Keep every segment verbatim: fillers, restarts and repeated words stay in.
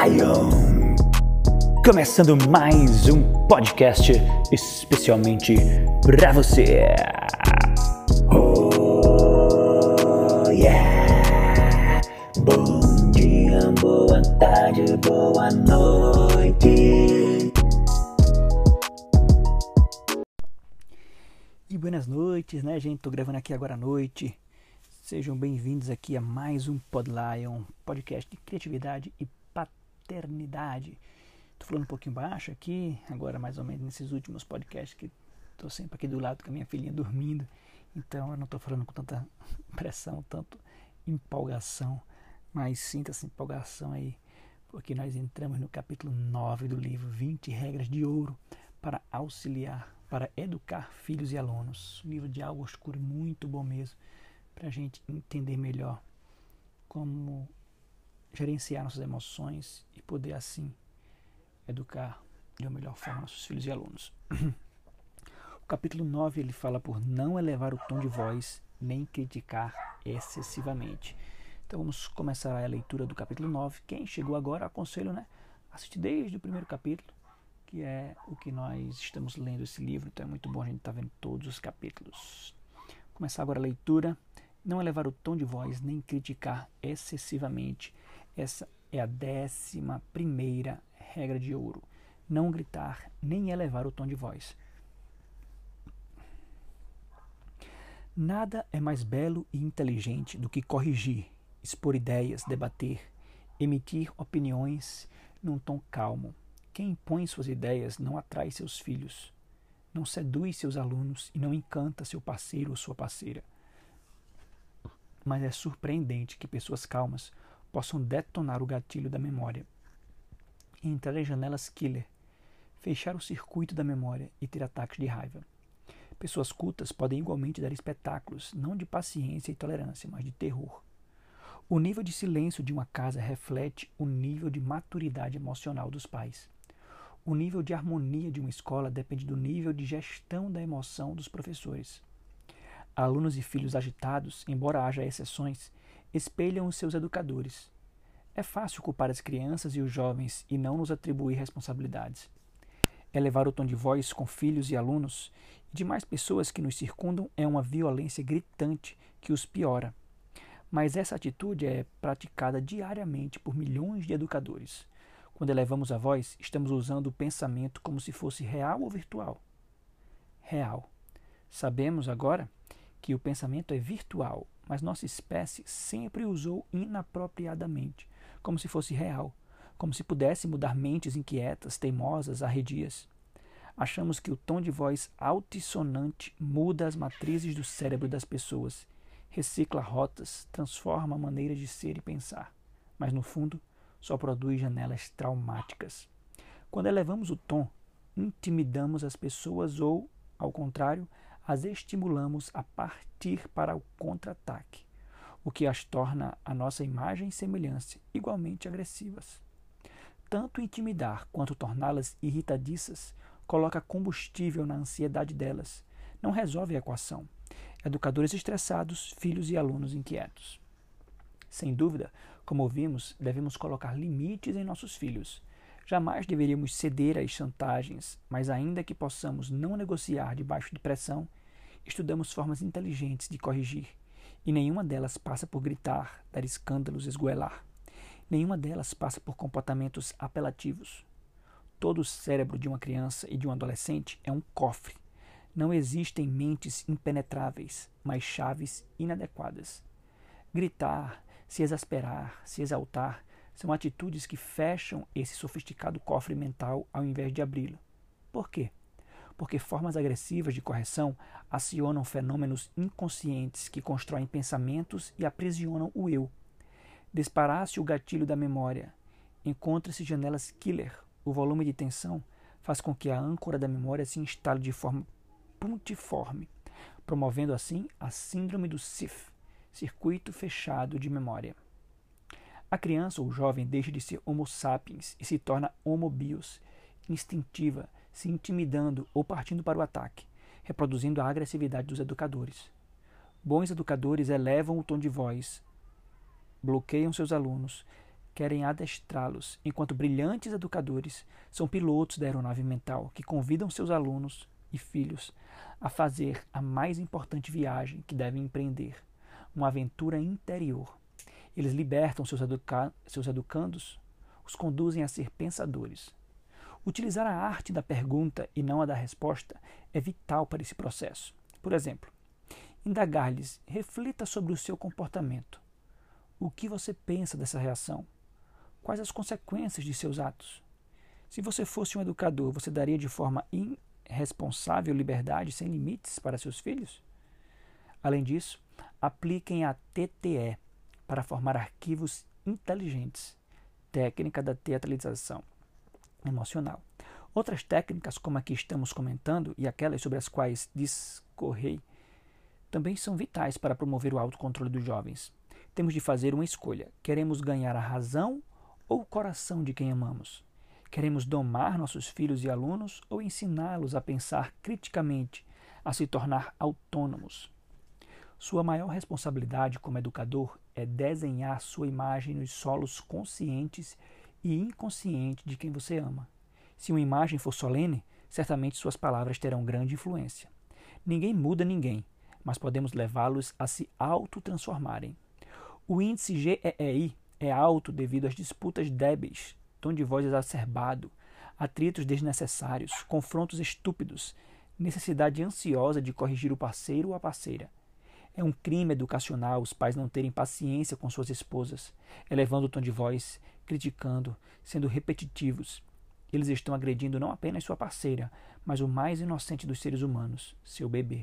Lion. Começando mais um podcast especialmente pra você. Oh yeah! Bom dia, boa tarde, boa noite. E buenas noites, né, gente? Tô gravando aqui agora à noite. Sejam bem-vindos aqui a mais um Pod Lion, podcast de criatividade e paternidade. Tô falando um pouquinho baixo aqui, agora mais ou menos nesses últimos podcasts que tô sempre aqui do lado com a minha filhinha dormindo, então eu não tô falando com tanta pressão, tanto empolgação, mas sinta essa empolgação aí, porque nós entramos no capítulo nove do livro vinte Regras de Ouro para auxiliar, para educar filhos e alunos. Um livro de algo oscuro, muito bom mesmo, para a gente entender melhor como gerenciar nossas emoções e poder assim educar de uma melhor forma nossos filhos e alunos. O capítulo nove ele fala por não elevar o tom de voz nem criticar excessivamente. Então vamos começar a leitura do capítulo nove. Quem chegou agora, aconselho, né, assistir desde o primeiro capítulo, que é o que nós estamos lendo esse livro, então é muito bom a gente estar vendo todos os capítulos. Começar agora a leitura. Não elevar o tom de voz nem criticar excessivamente. Essa é a décima primeira regra de ouro. Não gritar nem elevar o tom de voz. Nada é mais belo e inteligente do que corrigir, expor ideias, debater, emitir opiniões num tom calmo. Quem impõe suas ideias não atrai seus filhos, não seduz seus alunos e não encanta seu parceiro ou sua parceira. Mas é surpreendente que pessoas calmas possam detonar o gatilho da memória, entrar em janelas killer, fechar o circuito da memória e ter ataques de raiva. Pessoas cultas podem igualmente dar espetáculos, não de paciência e tolerância, mas de terror. O nível de silêncio de uma casa reflete o nível de maturidade emocional dos pais. O nível de harmonia de uma escola depende do nível de gestão da emoção dos professores. Alunos e filhos agitados, embora haja exceções, espelham os seus educadores. É fácil culpar as crianças e os jovens e não nos atribuir responsabilidades. Elevar o tom de voz com filhos e alunos e demais pessoas que nos circundam é uma violência gritante que os piora. Mas essa atitude é praticada diariamente por milhões de educadores. Quando elevamos a voz, estamos usando o pensamento como se fosse real ou virtual. Real. Sabemos agora que o pensamento é virtual, mas nossa espécie sempre o usou inapropriadamente, como se fosse real, como se pudesse mudar mentes inquietas, teimosas, arredias. Achamos que o tom de voz altissonante muda as matrizes do cérebro das pessoas, recicla rotas, transforma a maneira de ser e pensar, mas no fundo só produz janelas traumáticas. Quando elevamos o tom, intimidamos as pessoas ou, ao contrário, as estimulamos a partir para o contra-ataque, o que as torna a nossa imagem e semelhança igualmente agressivas. Tanto intimidar quanto torná-las irritadiças coloca combustível na ansiedade delas, não resolve a equação. Educadores estressados, filhos e alunos inquietos. Sem dúvida, como ouvimos, devemos colocar limites em nossos filhos. Jamais deveríamos ceder às chantagens, mas ainda que possamos não negociar debaixo de pressão, estudamos formas inteligentes de corrigir, e nenhuma delas passa por gritar, dar escândalos, esgoelar. Nenhuma delas passa por comportamentos apelativos. Todo o cérebro de uma criança e de um adolescente é um cofre. Não existem mentes impenetráveis, mas chaves inadequadas. Gritar, se exasperar, se exaltar, são atitudes que fecham esse sofisticado cofre mental ao invés de abri-lo. Por quê? Porque formas agressivas de correção acionam fenômenos inconscientes que constroem pensamentos e aprisionam o eu. Disparar-se o gatilho da memória, encontra-se janelas killer. O volume de tensão faz com que a âncora da memória se instale de forma puntiforme, promovendo assim a síndrome do C I F, circuito fechado de memória. A criança ou o jovem deixa de ser homo sapiens e se torna homo bios, instintiva, se intimidando ou partindo para o ataque, reproduzindo a agressividade dos educadores. Bons educadores elevam o tom de voz, bloqueiam seus alunos, querem adestrá-los, enquanto brilhantes educadores são pilotos da aeronave mental que convidam seus alunos e filhos a fazer a mais importante viagem que devem empreender, uma aventura interior. Eles libertam seus, educa seus educandos, os conduzem a ser pensadores. Utilizar a arte da pergunta e não a da resposta é vital para esse processo. Por exemplo, indagar-lhes: reflita sobre o seu comportamento. O que você pensa dessa reação? Quais as consequências de seus atos? Se você fosse um educador, você daria de forma irresponsável liberdade sem limites para seus filhos? Além disso, apliquem a T T E para formar arquivos inteligentes, técnica da teatralização emocional. Outras técnicas, como a que estamos comentando e aquelas sobre as quais discorrei, também são vitais para promover o autocontrole dos jovens. Temos de fazer uma escolha. Queremos ganhar a razão ou o coração de quem amamos? Queremos domar nossos filhos e alunos ou ensiná-los a pensar criticamente, a se tornar autônomos? Sua maior responsabilidade como educador é desenhar sua imagem nos solos conscientes e inconscientes de quem você ama. Se uma imagem for solene, certamente suas palavras terão grande influência. Ninguém muda ninguém, mas podemos levá-los a se autotransformarem. O índice G E E I é alto devido às disputas débeis, tom de voz exacerbado, atritos desnecessários, confrontos estúpidos, necessidade ansiosa de corrigir o parceiro ou a parceira. É um crime educacional os pais não terem paciência com suas esposas, elevando o tom de voz, criticando, sendo repetitivos. Eles estão agredindo não apenas sua parceira, mas o mais inocente dos seres humanos, seu bebê.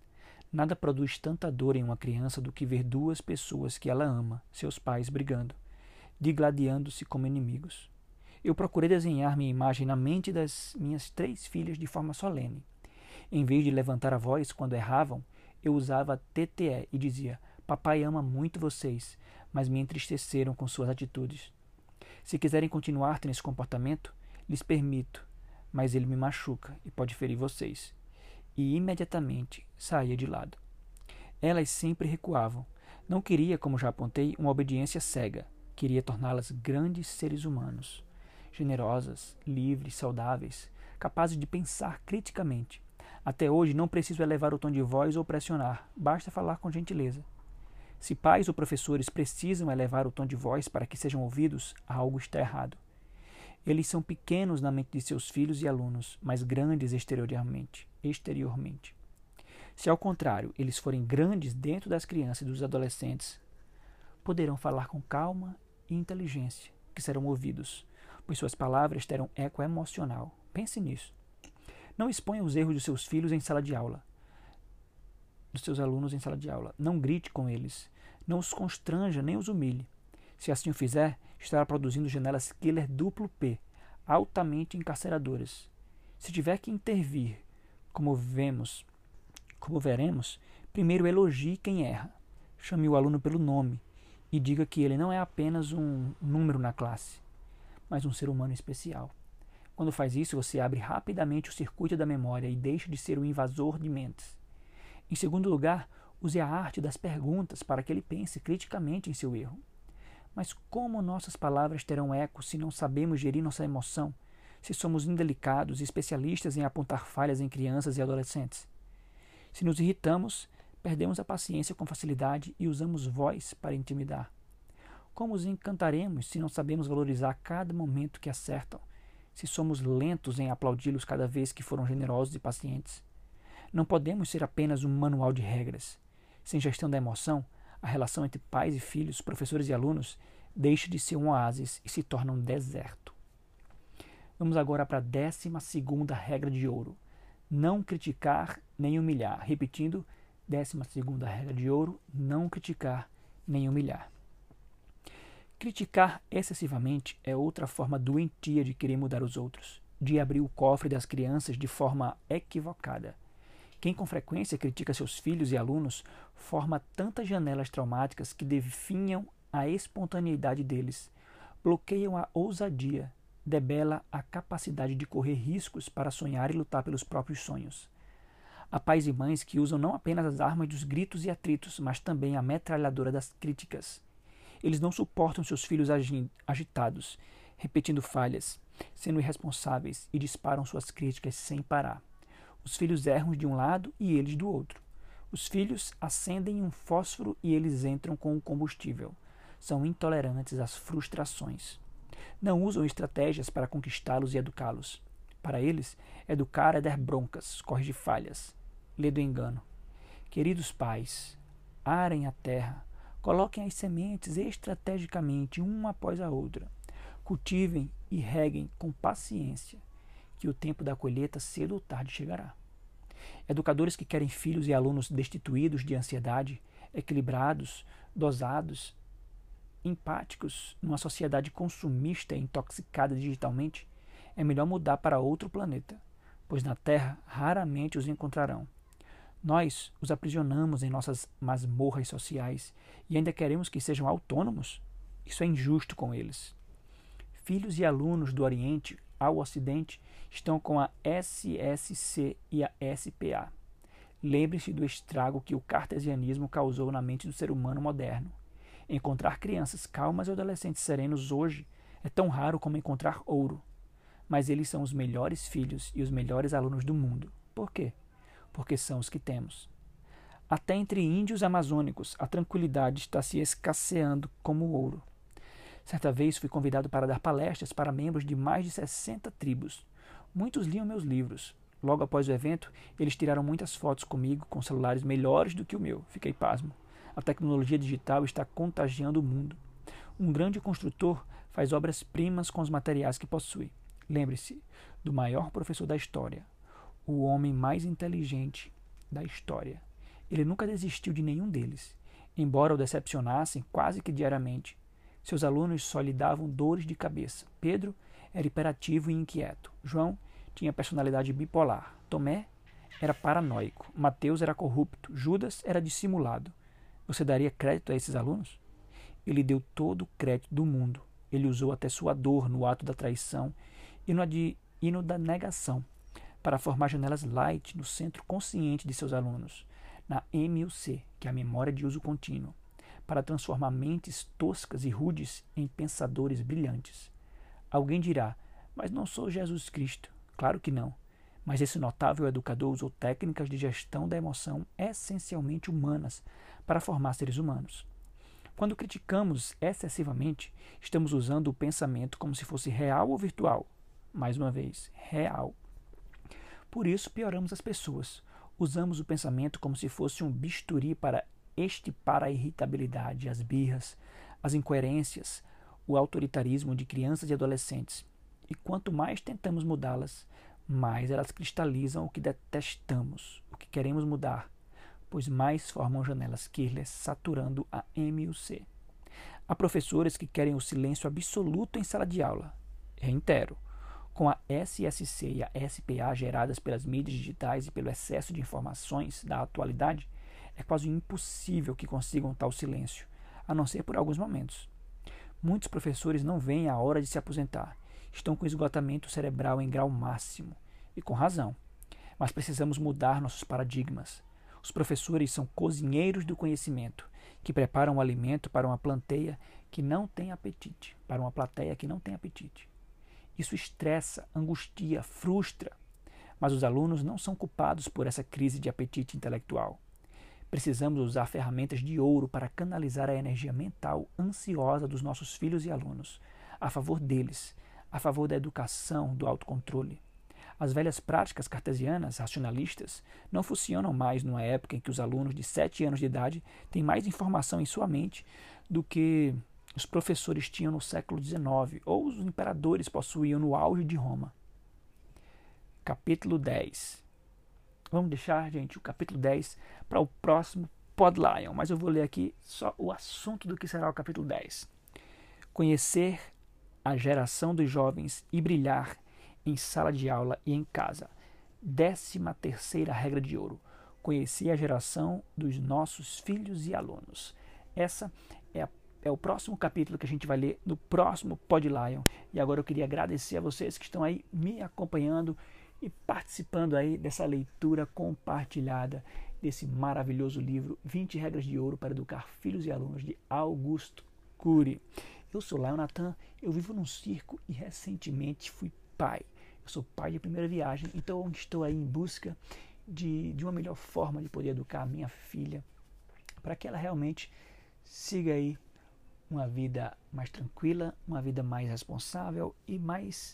Nada produz tanta dor em uma criança do que ver duas pessoas que ela ama, seus pais, brigando, digladiando-se como inimigos. Eu procurei desenhar minha imagem na mente das minhas três filhas de forma solene. Em vez de levantar a voz quando erravam, eu usava T T E e dizia: papai ama muito vocês, mas me entristeceram com suas atitudes. Se quiserem continuar tendo esse comportamento, lhes permito, mas ele me machuca e pode ferir vocês. E imediatamente saía de lado. Elas sempre recuavam. Não queria, como já apontei, uma obediência cega. Queria torná-las grandes seres humanos, generosas, livres, saudáveis, capazes de pensar criticamente. Até hoje não preciso elevar o tom de voz ou pressionar, basta falar com gentileza. Se pais ou professores precisam elevar o tom de voz para que sejam ouvidos, algo está errado. Eles são pequenos na mente de seus filhos e alunos, mas grandes exteriormente. exteriormente. Se ao contrário, eles forem grandes dentro das crianças e dos adolescentes, poderão falar com calma e inteligência, que serão ouvidos, pois suas palavras terão eco emocional. Pense nisso. Não exponha os erros de seus filhos em sala de aula, dos seus alunos em sala de aula. Não grite com eles. Não os constranja nem os humilhe. Se assim o fizer, estará produzindo janelas killer duplo P, altamente encarceradoras. Se tiver que intervir, como vemos, como veremos, primeiro elogie quem erra. Chame o aluno pelo nome e diga que ele não é apenas um número na classe, mas um ser humano especial. Quando faz isso, você abre rapidamente o circuito da memória e deixa de ser um invasor de mentes. Em segundo lugar, use a arte das perguntas para que ele pense criticamente em seu erro. Mas como nossas palavras terão eco se não sabemos gerir nossa emoção, se somos indelicados e especialistas em apontar falhas em crianças e adolescentes? Se nos irritamos, perdemos a paciência com facilidade e usamos voz para intimidar. Como os encantaremos se não sabemos valorizar cada momento que acertam? Se somos lentos em aplaudi-los cada vez que foram generosos e pacientes? Não podemos ser apenas um manual de regras. Sem gestão da emoção, a relação entre pais e filhos, professores e alunos deixa de ser um oásis e se torna um deserto. Vamos agora para a décima segunda regra de ouro. Não criticar nem humilhar. Repetindo, décima segunda regra de ouro, não criticar nem humilhar. Criticar excessivamente é outra forma doentia de querer mudar os outros, de abrir o cofre das crianças de forma equivocada. Quem com frequência critica seus filhos e alunos forma tantas janelas traumáticas que definham a espontaneidade deles, bloqueiam a ousadia, debela a capacidade de correr riscos para sonhar e lutar pelos próprios sonhos. Há pais e mães que usam não apenas as armas dos gritos e atritos, mas também a metralhadora das críticas. Eles não suportam seus filhos agitados, repetindo falhas, sendo irresponsáveis e disparam suas críticas sem parar. Os filhos erram de um lado e eles do outro. Os filhos acendem um fósforo e eles entram com o combustível. São intolerantes às frustrações. Não usam estratégias para conquistá-los e educá-los. Para eles, educar é dar broncas, corrigir falhas, ler do engano. Queridos pais, arem a terra, coloquem as sementes estrategicamente uma após a outra. Cultivem e reguem com paciência, que o tempo da colheita cedo ou tarde chegará. Educadores que querem filhos e alunos destituídos de ansiedade, equilibrados, dosados, empáticos numa sociedade consumista e intoxicada digitalmente, é melhor mudar para outro planeta, pois na Terra raramente os encontrarão. Nós os aprisionamos em nossas masmorras sociais e ainda queremos que sejam autônomos? Isso é injusto com eles. Filhos e alunos do Oriente ao Ocidente estão com a S S C e a S P A. Lembre-se do estrago que o cartesianismo causou na mente do ser humano moderno. Encontrar crianças calmas e adolescentes serenos hoje é tão raro como encontrar ouro. Mas eles são os melhores filhos e os melhores alunos do mundo. Por quê? Porque são os que temos. Até entre índios amazônicos, a tranquilidade está se escasseando como o ouro. Certa vez fui convidado para dar palestras para membros de mais de sessenta tribos. Muitos liam meus livros. Logo após o evento, eles tiraram muitas fotos comigo com celulares melhores do que o meu. Fiquei pasmo. A tecnologia digital está contagiando o mundo. Um grande construtor faz obras-primas com os materiais que possui. Lembre-se do maior professor da história, o homem mais inteligente da história. Ele nunca desistiu de nenhum deles, embora o decepcionassem quase que diariamente. Seus alunos só lhe davam dores de cabeça. Pedro era hiperativo e inquieto. João tinha personalidade bipolar. Tomé era paranoico. Mateus era corrupto. Judas era dissimulado. Você daria crédito a esses alunos? Ele deu todo o crédito do mundo. Ele usou até sua dor no ato da traição e no, adi, e no da negação para formar janelas light no centro consciente de seus alunos, na M U C, que é a memória de uso contínuo, para transformar mentes toscas e rudes em pensadores brilhantes. Alguém dirá, mas não sou Jesus Cristo. Claro que não. Mas esse notável educador usou técnicas de gestão da emoção essencialmente humanas para formar seres humanos. Quando criticamos excessivamente, estamos usando o pensamento como se fosse real ou virtual. Mais uma vez, real. Por isso, pioramos as pessoas. Usamos o pensamento como se fosse um bisturi para estipar a irritabilidade, as birras, as incoerências, o autoritarismo de crianças e adolescentes. E quanto mais tentamos mudá-las, mais elas cristalizam o que detestamos, o que queremos mudar, pois mais formam janelas Kirles saturando a M U C. Há professores que querem o silêncio absoluto em sala de aula. Reitero, com a S S C e a S P A geradas pelas mídias digitais e pelo excesso de informações da atualidade, é quase impossível que consigam tal silêncio, a não ser por alguns momentos. Muitos professores não veem a hora de se aposentar. Estão com esgotamento cerebral em grau máximo, e com razão. Mas precisamos mudar nossos paradigmas. Os professores são cozinheiros do conhecimento, que preparam o alimento para uma plateia que não tem apetite, para uma plateia que não tem apetite. Isso estressa, angustia, frustra, mas os alunos não são culpados por essa crise de apetite intelectual. Precisamos usar ferramentas de ouro para canalizar a energia mental ansiosa dos nossos filhos e alunos, a favor deles, a favor da educação, do autocontrole. As velhas práticas cartesianas, racionalistas, não funcionam mais numa época em que os alunos de sete anos de idade têm mais informação em sua mente do que os professores tinham no século dezenove ou os imperadores possuíam no auge de Roma. Capítulo dez. Vamos deixar, gente, o capítulo dez para o próximo Podlion, mas eu vou ler aqui só o assunto do que será o capítulo dez. Conhecer a geração dos jovens e brilhar em sala de aula e em casa. Décima terceira regra de ouro. Conhecer a geração dos nossos filhos e alunos. Essa é, a, é o próximo capítulo que a gente vai ler no próximo Podlion. E agora eu queria agradecer a vocês que estão aí me acompanhando e participando aí dessa leitura compartilhada desse maravilhoso livro vinte regras de ouro para educar filhos e alunos de Augusto procure. Eu sou Lion Nathan, eu vivo num circo e recentemente fui pai. Eu sou pai de primeira viagem, então estou aí em busca de, de uma melhor forma de poder educar a minha filha, para que ela realmente siga aí uma vida mais tranquila, uma vida mais responsável e mais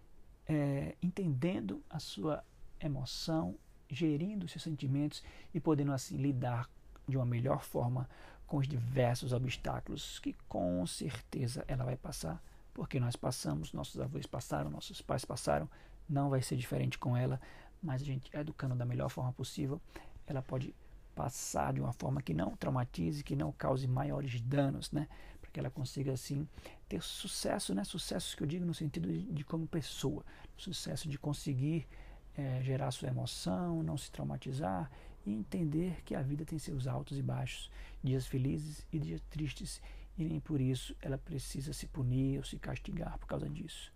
é, entendendo a sua emoção, gerindo seus sentimentos e podendo assim lidar de uma melhor forma com os diversos obstáculos que com certeza ela vai passar, porque nós passamos, nossos avós passaram, nossos pais passaram, não vai ser diferente com ela, mas a gente educando da melhor forma possível, ela pode passar de uma forma que não traumatize, que não cause maiores danos, né? Para que ela consiga assim ter sucesso, né? Sucesso que eu digo no sentido de, de como pessoa, sucesso de conseguir é, gerar sua emoção, não se traumatizar e entender que a vida tem seus altos e baixos, dias felizes e dias tristes, e nem por isso ela precisa se punir ou se castigar por causa disso.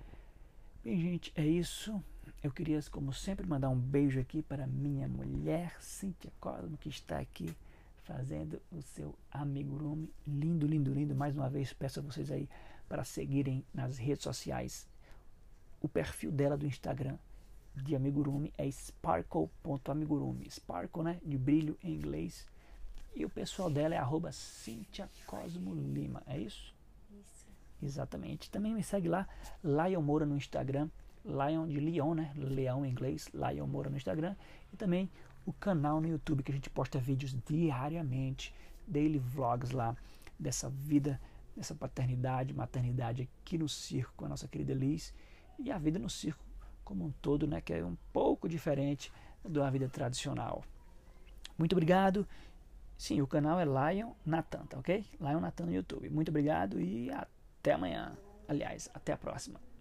Bem, gente, é isso. Eu queria, como sempre, mandar um beijo aqui para minha mulher, Cíntia Cosmo, que está aqui fazendo o seu amigurumi. Lindo, lindo, lindo. Mais uma vez, peço a vocês aí para seguirem nas redes sociais. O perfil dela do Instagram de amigurumi é sparkle ponto amigurumi. Sparkle, né? De brilho em inglês. E o pessoal dela é arroba Cíntia Cosmo Lima. É isso? Isso. Exatamente. Também me segue lá, Lion Moura no Instagram. Lion de Leão, né? Leão em inglês, Lion Moura no Instagram. E também o canal no YouTube, que a gente posta vídeos diariamente, daily vlogs lá, dessa vida, dessa paternidade, maternidade aqui no circo com a nossa querida Liz. E a vida no circo como um todo, né? Que é um pouco diferente da vida tradicional. Muito obrigado. Sim, o canal é Lion Nathan, tá ok? Lion Nathan no YouTube. Muito obrigado e até amanhã. Aliás, até a próxima.